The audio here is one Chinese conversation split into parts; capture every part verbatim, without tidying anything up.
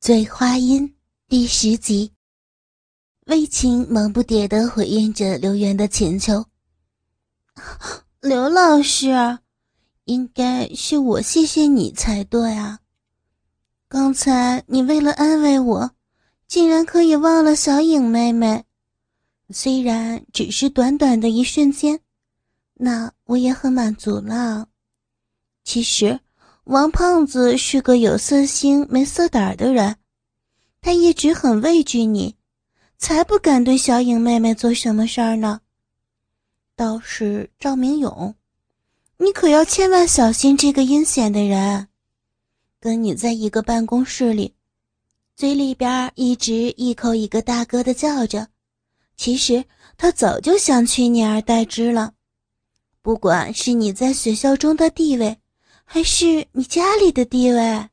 醉花阴第十集。魏晴忙不迭地回应着刘源的请求。刘老师，应该是我谢谢你才对啊。刚才你为了安慰我，竟然可以忘了小影妹妹。虽然只是短短的一瞬间，那我也很满足了。其实王胖子是个有色心没色胆的人，他一直很畏惧你，才不敢对小影妹妹做什么事儿呢。倒是赵明勇，你可要千万小心这个阴险的人。跟你在一个办公室里，嘴里边一直一口一个大哥的叫着，其实他早就想取你而代之了。不管是你在学校中的地位，还是你家里的地位。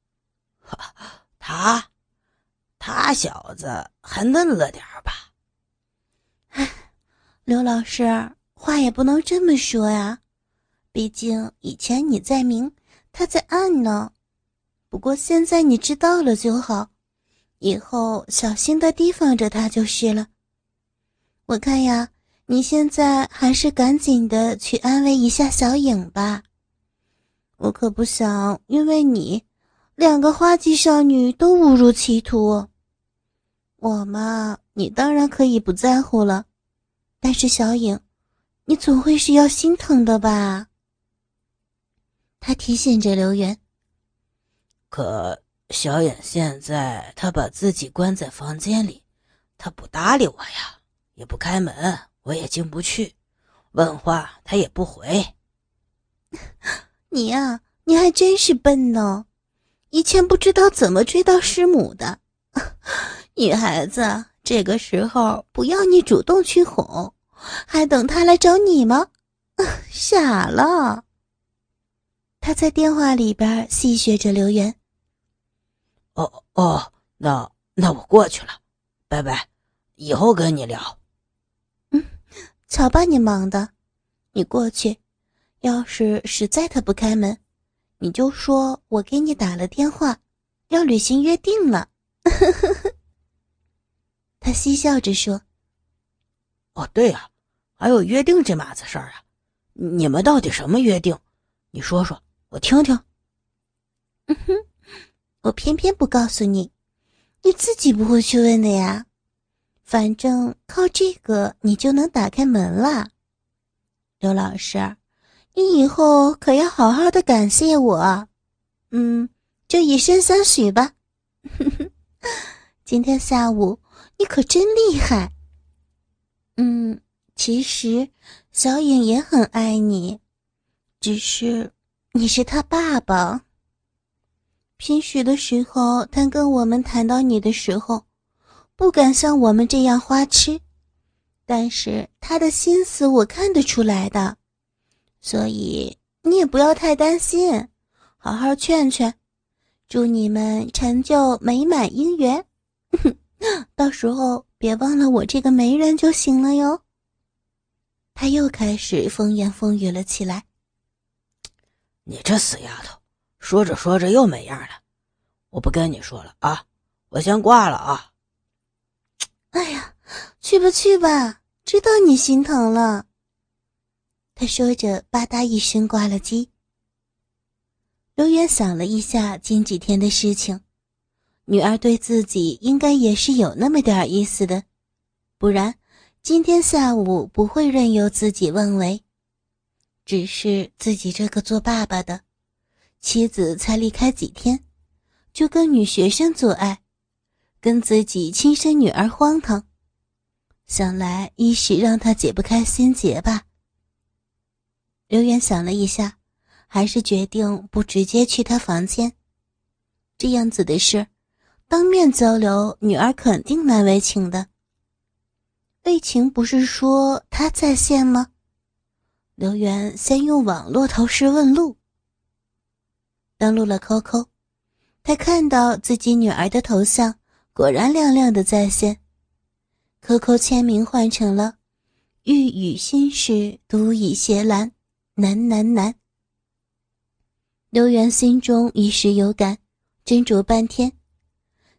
他他小子还嫩了点吧。 唉，刘老师，话也不能这么说呀，毕竟以前你在明，他在暗呢。不过现在你知道了就好，以后小心地提防着他就是了。我看呀，你现在还是赶紧的去安慰一下小影吧。我可不想因为你，两个花季少女都误入歧途。我嘛，你当然可以不在乎了，但是小影，你总会是要心疼的吧？他提醒着刘源。 可小影现在她把自己关在房间里，她不搭理我呀，也不开门，我也进不去，问话她也不回。 你呀，你还真是笨呢，以前不知道怎么追到师母的。女孩子这个时候不要你主动去哄，还等她来找你吗？傻了。他在电话里边戏谑着刘源。 哦哦，那那我过去了，拜拜，以后跟你聊。 嗯，瞧吧你忙的，你过去，要是实在他不开门，你就说我给你打了电话，要履行约定了。他嬉笑着说。 哦对呀、啊，还有约定这码子事儿啊，你们到底什么约定？你说说我听听。 嗯哼，我偏偏不告诉你，你自己不会去问的呀。反正靠这个你就能打开门了。刘老师，你以后可要好好的感谢我。嗯，就以身相许吧。今天下午你可真厉害。嗯，其实小影也很爱你，只是你是他爸爸。平时的时候，他跟我们谈到你的时候，不敢像我们这样花痴，但是他的心思我看得出来的，所以你也不要太担心，好好劝劝，祝你们成就美满姻缘。到时候别忘了我这个媒人就行了哟。他又开始风言风语了起来。 你这死丫头，说着说着又没样了，我不跟你说了啊，我先挂了啊。 哎呀，去吧去吧，知道你心疼了。他说着吧嗒一声挂了机。刘源想了一下近几天的事情，女儿对自己应该也是有那么点意思的，不然今天下午不会任由自己妄为。只是自己这个做爸爸的，妻子才离开几天，就跟女学生做爱，跟自己亲生女儿荒唐，想来一时让他解不开心结吧。刘源想了一下，还是决定不直接去他房间。这样子的事，当面交流，女儿肯定难为情的。魏晴不是说她在线吗？刘源先用网络投石问路。登录了 Q Q， 他看到自己女儿的头像果然亮亮的在线。Q Q 签名换成了欲语心事独倚斜栏，难难难。刘源心中一时有感，斟酌半天，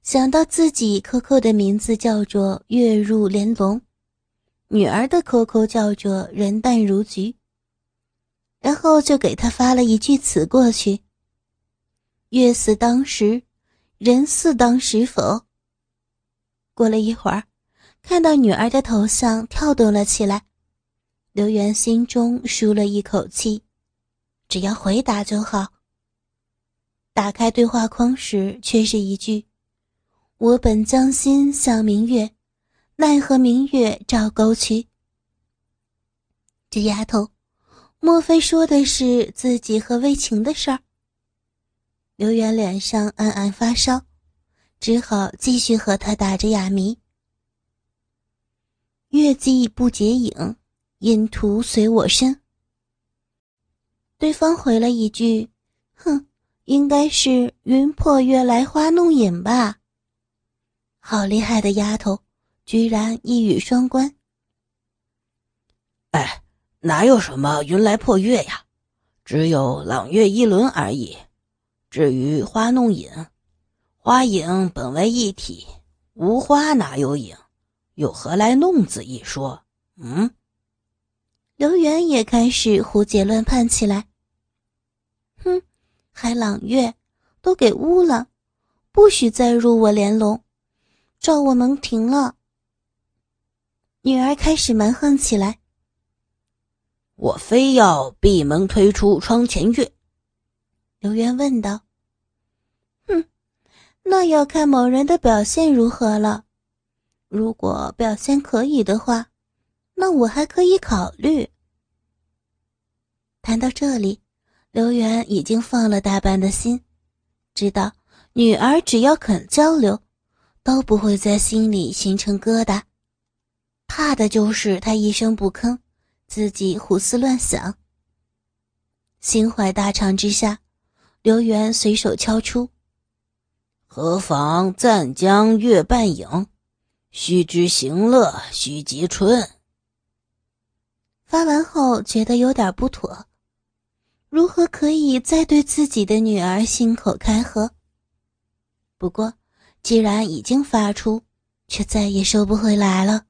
想到自己 Q Q 的名字叫做月入连龙，女儿的 Q Q 叫做人淡如菊，然后就给她发了一句词过去：月似当时，人似当时否？过了一会儿，看到女儿的头像跳动了起来，刘元心中舒了一口气，只要回答就好。打开对话框时却是一句：我本将心向明月，奈何明月照沟渠。这丫头，莫非说的是自己和魏晴的事儿？刘元脸上暗暗发烧，只好继续和他打着哑谜。月既不解影，阴途随我身。对方回了一句：哼，应该是云破月来花弄影吧。好厉害的丫头，居然一语双关。 哎，哪有什么云来破月呀，只有朗月一轮而已。至于花弄影，花影本为一体，无花哪有影，又何来弄字一说？嗯？ 刘元也开始胡解乱判起来。哼，还朗月，都给污了，不许再入我连笼，照我门庭了。女儿开始蛮横起来。 我非要闭门推出窗前月。 刘元问道。哼，那要看某人的表现如何了。如果表现可以的话，那我还可以考虑。谈到这里，刘元已经放了大半的心，知道女儿只要肯交流，都不会在心里形成疙瘩，怕的就是她一声不吭，自己胡思乱想。心怀大畅之下，刘元随手敲出： 何妨暂将月半影，须知行乐须及春。 发完后觉得有点不妥，如何可以再对自己的女儿信口开河？不过既然已经发出，却再也收不回来了。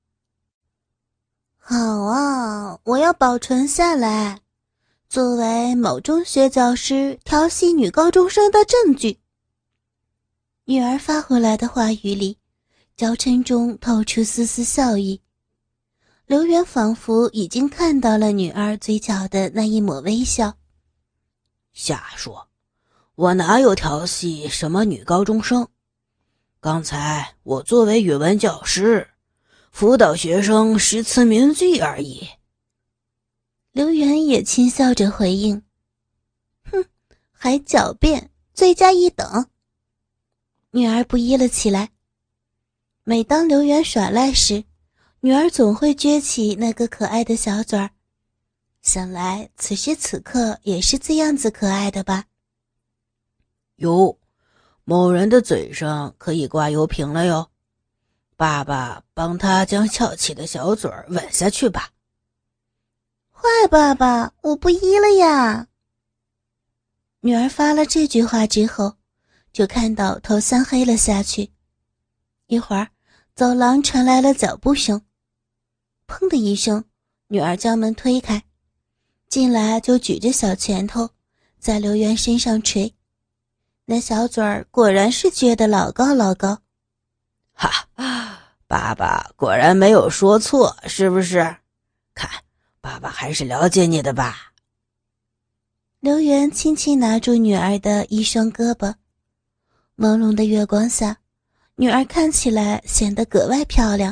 好啊，我要保存下来，作为某中学教师调戏女高中生的证据。女儿发回来的话语里，娇嗔中透出丝丝笑意。刘元仿佛已经看到了女儿嘴角的那一抹微笑。 瞎说，我哪有调戏什么女高中生？刚才我作为语文教师，辅导学生识词明句而已。 刘元也轻笑着回应：哼，还狡辩，罪加一等。女儿不依了起来。每当刘元耍赖时，女儿总会撅起那个可爱的小嘴儿，想来此时此刻也是这样子可爱的吧。 哟，某人的嘴上可以挂油瓶了哟，爸爸帮他将翘起的小嘴儿吻下去吧。 坏爸爸，我不依了呀。女儿发了这句话之后，就看到头像黑了下去。一会儿走廊传来了脚步声，砰的一声，女儿将门推开，进来就举着小拳头在刘元身上捶，那小嘴儿果然是撅得老高老高。 哈，爸爸果然没有说错，是不是？看，爸爸还是了解你的吧。 刘元轻轻拿住女儿的一双胳膊，朦胧的月光下，女儿看起来显得格外漂亮。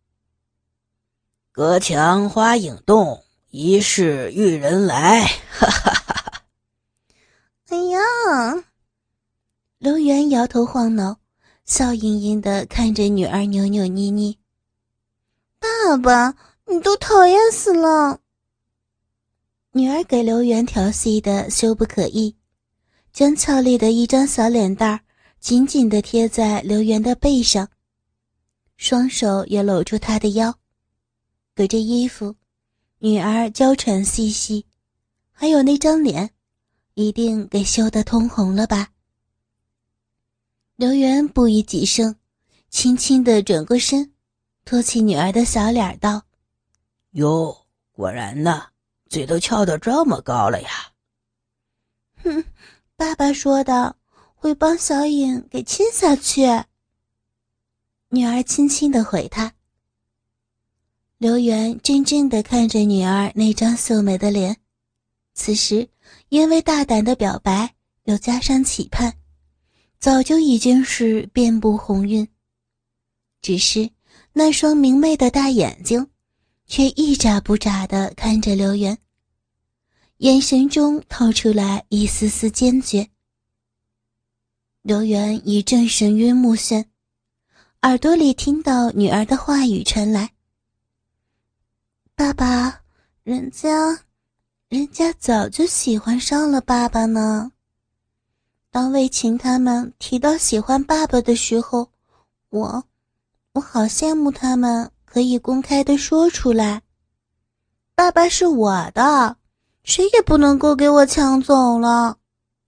隔墙花影动，疑是玉人来，哈哈哈哈。 哎呀！刘元摇头晃脑，笑盈盈地看着女儿扭扭捏捏。爸爸，你都讨厌死了。女儿给刘元调戏得羞不可抑，将俏丽的一张小脸蛋儿紧紧地贴在刘元的背上，双手也搂住他的腰。隔着衣服，女儿娇喘细细，还有那张脸，一定给羞得通红了吧。 刘元不以己声，轻轻地转过身，托起女儿的小脸道： 哟，果然呢，嘴都翘得这么高了呀。 哼，爸爸说的，会帮小颖给亲下去。女儿轻轻地回他。刘元怔怔地看着女儿那张秀美的脸，此时因为大胆的表白又加上期盼，早就已经是遍布红晕，只是那双明媚的大眼睛却一眨不眨地看着刘元，眼神中透出来一丝丝坚决。刘元一阵神晕目眩，耳朵里听到女儿的话语传来：爸爸，人家人家早就喜欢上了爸爸呢。当魏晴他们提到喜欢爸爸的时候，我我好羡慕他们可以公开的说出来，爸爸是我的，谁也不能够给我抢走了。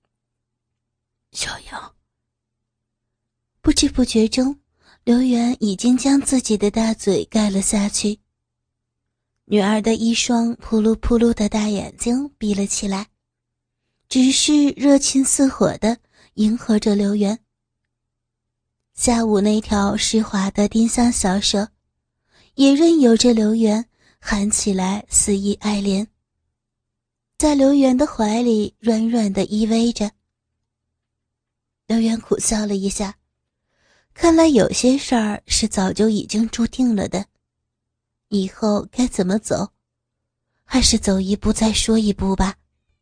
小杨， 不知不觉中，刘元已经将自己的大嘴盖了下去。女儿的一双扑噜扑噜的大眼睛闭了起来，只是热情似火地迎合着刘元。下午那条湿滑的丁香小手也任由着刘元含起来肆意爱怜，在刘元的怀里软软地依偎着。刘元苦笑了一下，看来有些事儿是早就已经注定了的，以后该怎么走，还是走一步再说一步吧。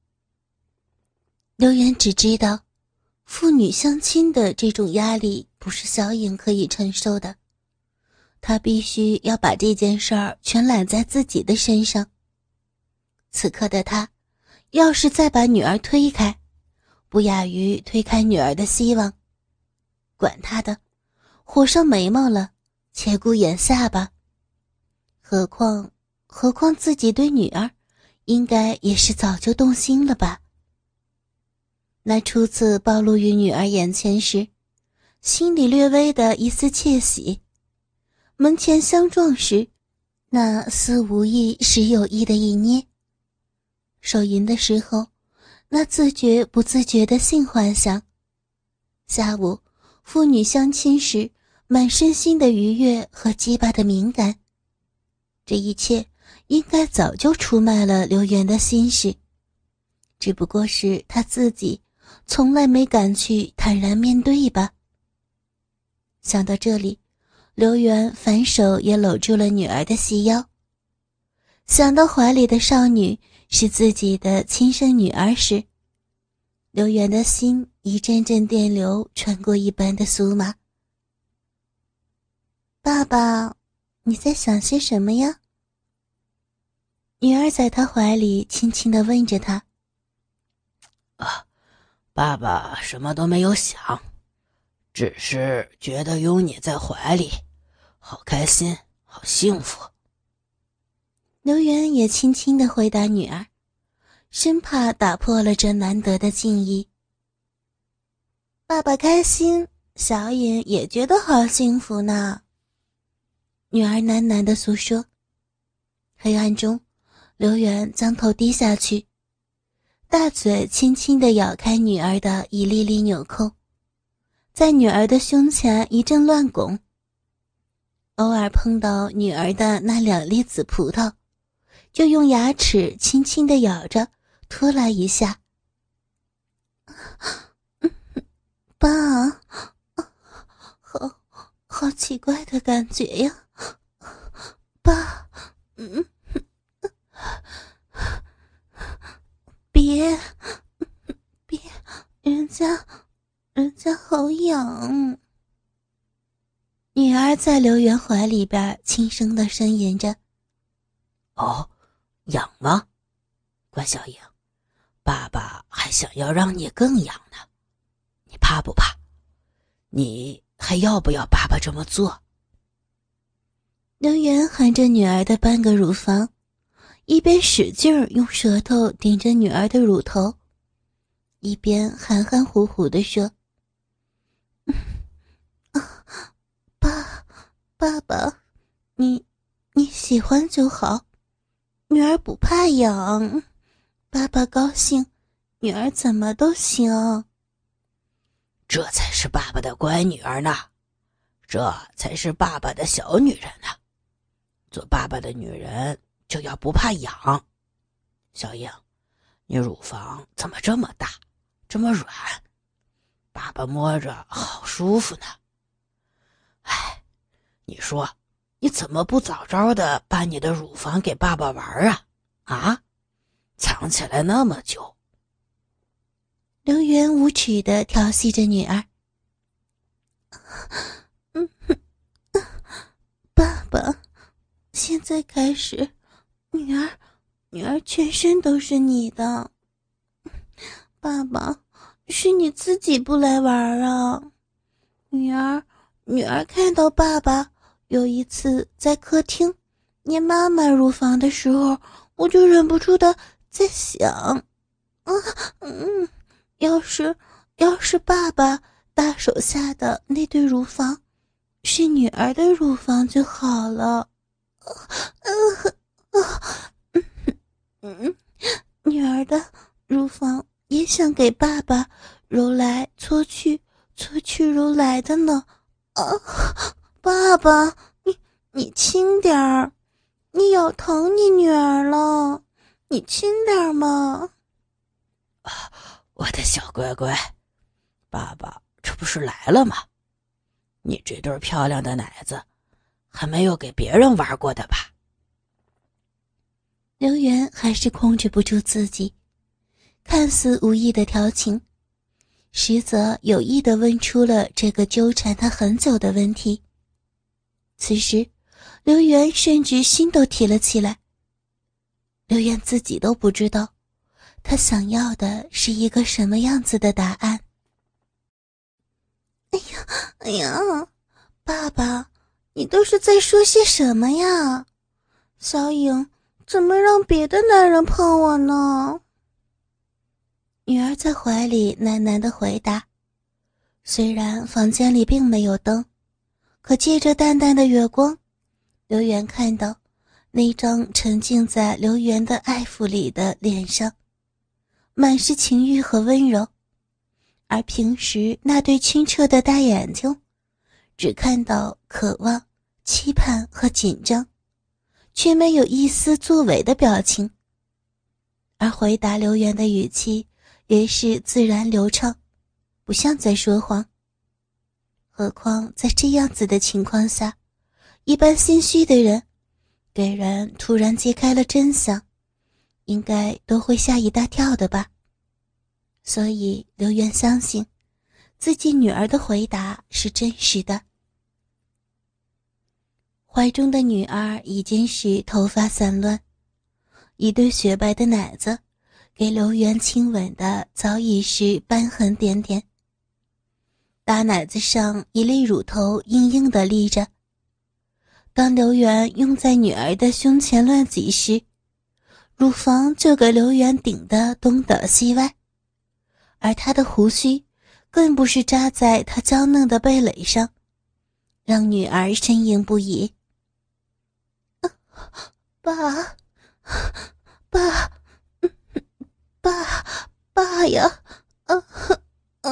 刘元只知道父女相亲的这种压力不是小颖可以承受的，他必须要把这件事儿全揽在自己的身上。此刻的他要是再把女儿推开，不亚于推开女儿的希望。管他的，火上眉毛了，且顾眼下吧。何况何况自己对女儿应该也是早就动心了吧。那初次暴露于女儿眼前时，心里略微的一丝窃喜，门前相撞时，那似无意实有意的一捏，手淫的时候那自觉不自觉的性幻想，下午父女相亲时满身心的愉悦和鸡巴的敏感，这一切应该早就出卖了刘元的心事，只不过是他自己从来没敢去坦然面对吧。想到这里，刘元反手也搂住了女儿的细腰，想到怀里的少女是自己的亲生女儿时，刘元的心一阵阵电流穿过一般的酥麻。爸爸，你在想些什么呀？女儿在他怀里轻轻地问着他。 啊，爸爸什么都没有想，只是觉得有你在怀里，好开心，好幸福。 刘元也轻轻地回答女儿，生怕打破了这难得的静意。爸爸开心，小颖也觉得好幸福呢。女儿喃喃地诉说。黑暗中，刘元将头低下去，大嘴轻轻地咬开女儿的一粒粒纽扣，在女儿的胸前一阵乱拱，偶尔碰到女儿的那两粒紫葡萄，就用牙齿轻轻地咬着拖拉一下。爸，好好奇怪的感觉呀，爸，嗯，别别，人家人家好痒。女儿在刘元怀里边轻声地呻吟着。 哦，痒吗？关小颖，爸爸还想要让你更痒呢，你怕不怕？你还要不要爸爸这么做？ 刘元含着女儿的半个乳房，一边使劲儿用舌头顶着女儿的乳头，一边含含糊糊地说： 爸爸，你你喜欢就好，女儿不怕痒，爸爸高兴，女儿怎么都行。 这才是爸爸的乖女儿呢，这才是爸爸的小女人呢。做爸爸的女人就要不怕痒。小英，你乳房怎么这么大，这么软？爸爸摸着好舒服呢。哎，你说，你怎么不早早的把你的乳房给爸爸玩啊？啊，藏起来那么久。 刘元无耻地调戏着女儿。嗯，爸爸，现在开始，女儿，女儿全身都是你的。爸爸，是你自己不来玩啊。女儿，女儿看到爸爸有一次在客厅捏妈妈乳房的时候，我就忍不住的在想，啊，嗯。要是要是爸爸大手下的那对乳房是女儿的乳房就好了。呃呃嗯，女儿的乳房也想给爸爸揉来搓去搓去揉来的呢。啊，爸爸，你你轻点儿，你咬疼你女儿了，你轻点嘛。 啊，我的小乖乖，爸爸这不是来了吗？你这对漂亮的奶子还没有给别人玩过的吧？ 刘元还是控制不住自己，看似无意的调情，实则有意地问出了这个纠缠他很久的问题。此时刘元甚至心都提了起来。刘元自己都不知道他想要的是一个什么样子的答案。哎呀，哎呀，爸爸，你都是在说些什么呀？小颖，怎么让别的男人碰我呢？女儿在怀里喃喃地回答。虽然房间里并没有灯，可借着淡淡的月光，刘元看到那张沉浸在刘元的爱抚里的脸上满是情欲和温柔，而平时那对清澈的大眼睛只看到渴望、期盼和紧张，却没有一丝作为的表情。而回答刘元的语气也是自然流畅，不像在说谎。何况在这样子的情况下，一般心虚的人给人突然揭开了真相，应该都会吓一大跳的吧。所以刘元相信自己女儿的回答是真实的。怀中的女儿已经是头发散乱，一对雪白的奶子给刘元亲吻的早已是斑痕点点，大奶子上一粒乳头硬硬地立着。当刘元用在女儿的胸前乱挤时，乳房就给刘元顶得东倒西歪，而他的胡须更不是扎在他娇嫩的蓓蕾上，让女儿呻吟不已。啊，爸，爸，爸，爸呀，啊啊！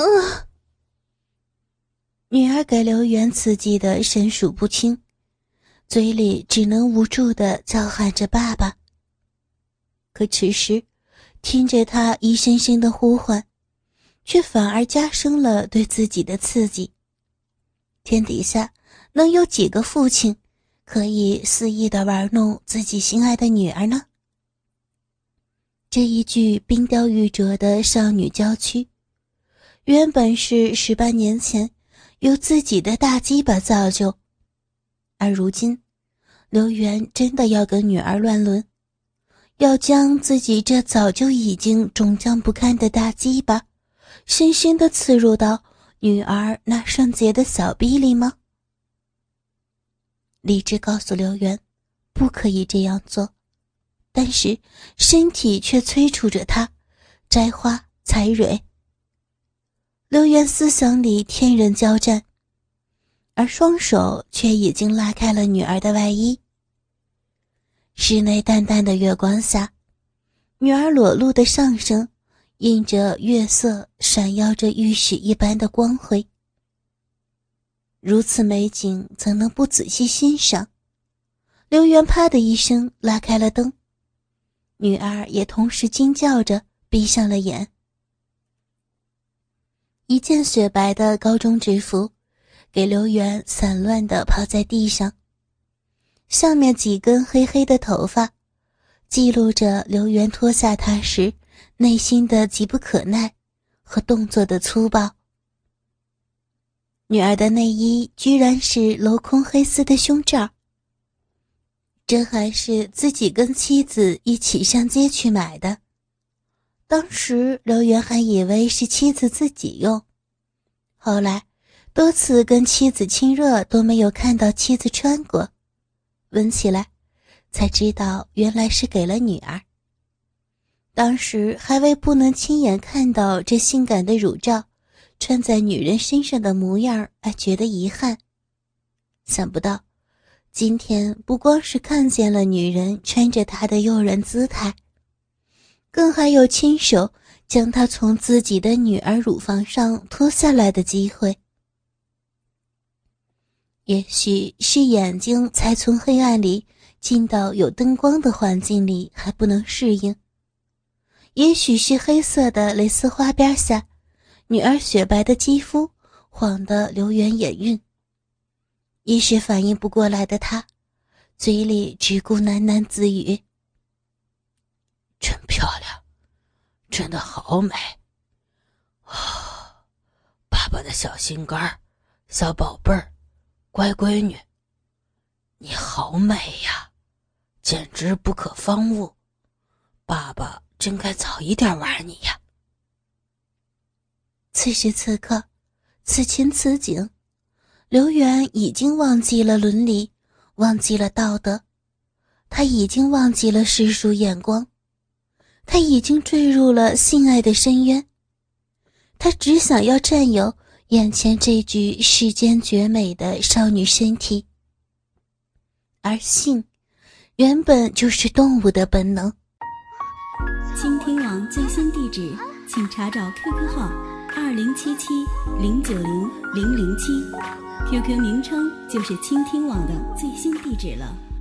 女儿给刘元刺激的神数不清，嘴里只能无助地叫喊着爸爸。可此时听着他一声声的呼唤，却反而加深了对自己的刺激。天底下能有几个父亲可以肆意地玩弄自己心爱的女儿呢？这一具冰雕玉琢的少女娇躯，原本是十八年前由自己的大鸡巴造就，而如今刘元真的要跟女儿乱伦，要将自己这早就已经肿胀不堪的大鸡巴深深地刺入到女儿那圣洁的小臂里吗？理智告诉刘元不可以这样做，但是身体却催促着他摘花采蕊。刘元思想里天人交战， 而双手却已经拉开了女儿的外衣。室内淡淡的月光下，女儿裸露的上身映着月色，闪耀着玉石一般的光辉。如此美景怎能不仔细欣赏？刘元啪的一声拉开了灯，女儿也同时惊叫着闭上了眼。一件雪白的高中制服给刘元散乱地抛在地上，上面几根黑黑的头发记录着刘元脱下它时内心的急不可耐和动作的粗暴。女儿的内衣居然是镂空黑丝的胸罩，这还是自己跟妻子一起上街去买的。当时刘元还以为是妻子自己用，后来多次跟妻子亲热都没有看到妻子穿过，闻起来才知道原来是给了女儿。当时还为不能亲眼看到这性感的乳罩穿在女人身上的模样而觉得遗憾，想不到今天不光是看见了女人穿着她的诱人姿态，更还有亲手将她从自己的女儿乳房上脱下来的机会。也许是眼睛才从黑暗里进到有灯光的环境里还不能适应，也许是黑色的蕾丝花边下女儿雪白的肌肤晃得流圆眼晕，一时反应不过来的她嘴里只顾喃喃自语： 真漂亮，真的好美啊！爸爸的小心肝，小宝贝儿，乖闺女，你好美呀，简直不可方物，爸爸真该早一点玩你呀。 此时此刻，此情此景，刘元已经忘记了伦理，忘记了道德，他已经忘记了世俗眼光，他已经坠入了性爱的深渊，他只想要占有眼前这具世间绝美的少女身体。而性原本就是动物的本能。 倾听网最新地址，请查找 Q Q 号二零七七零九零零零七 ，Q Q 名称就是倾听网的最新地址了。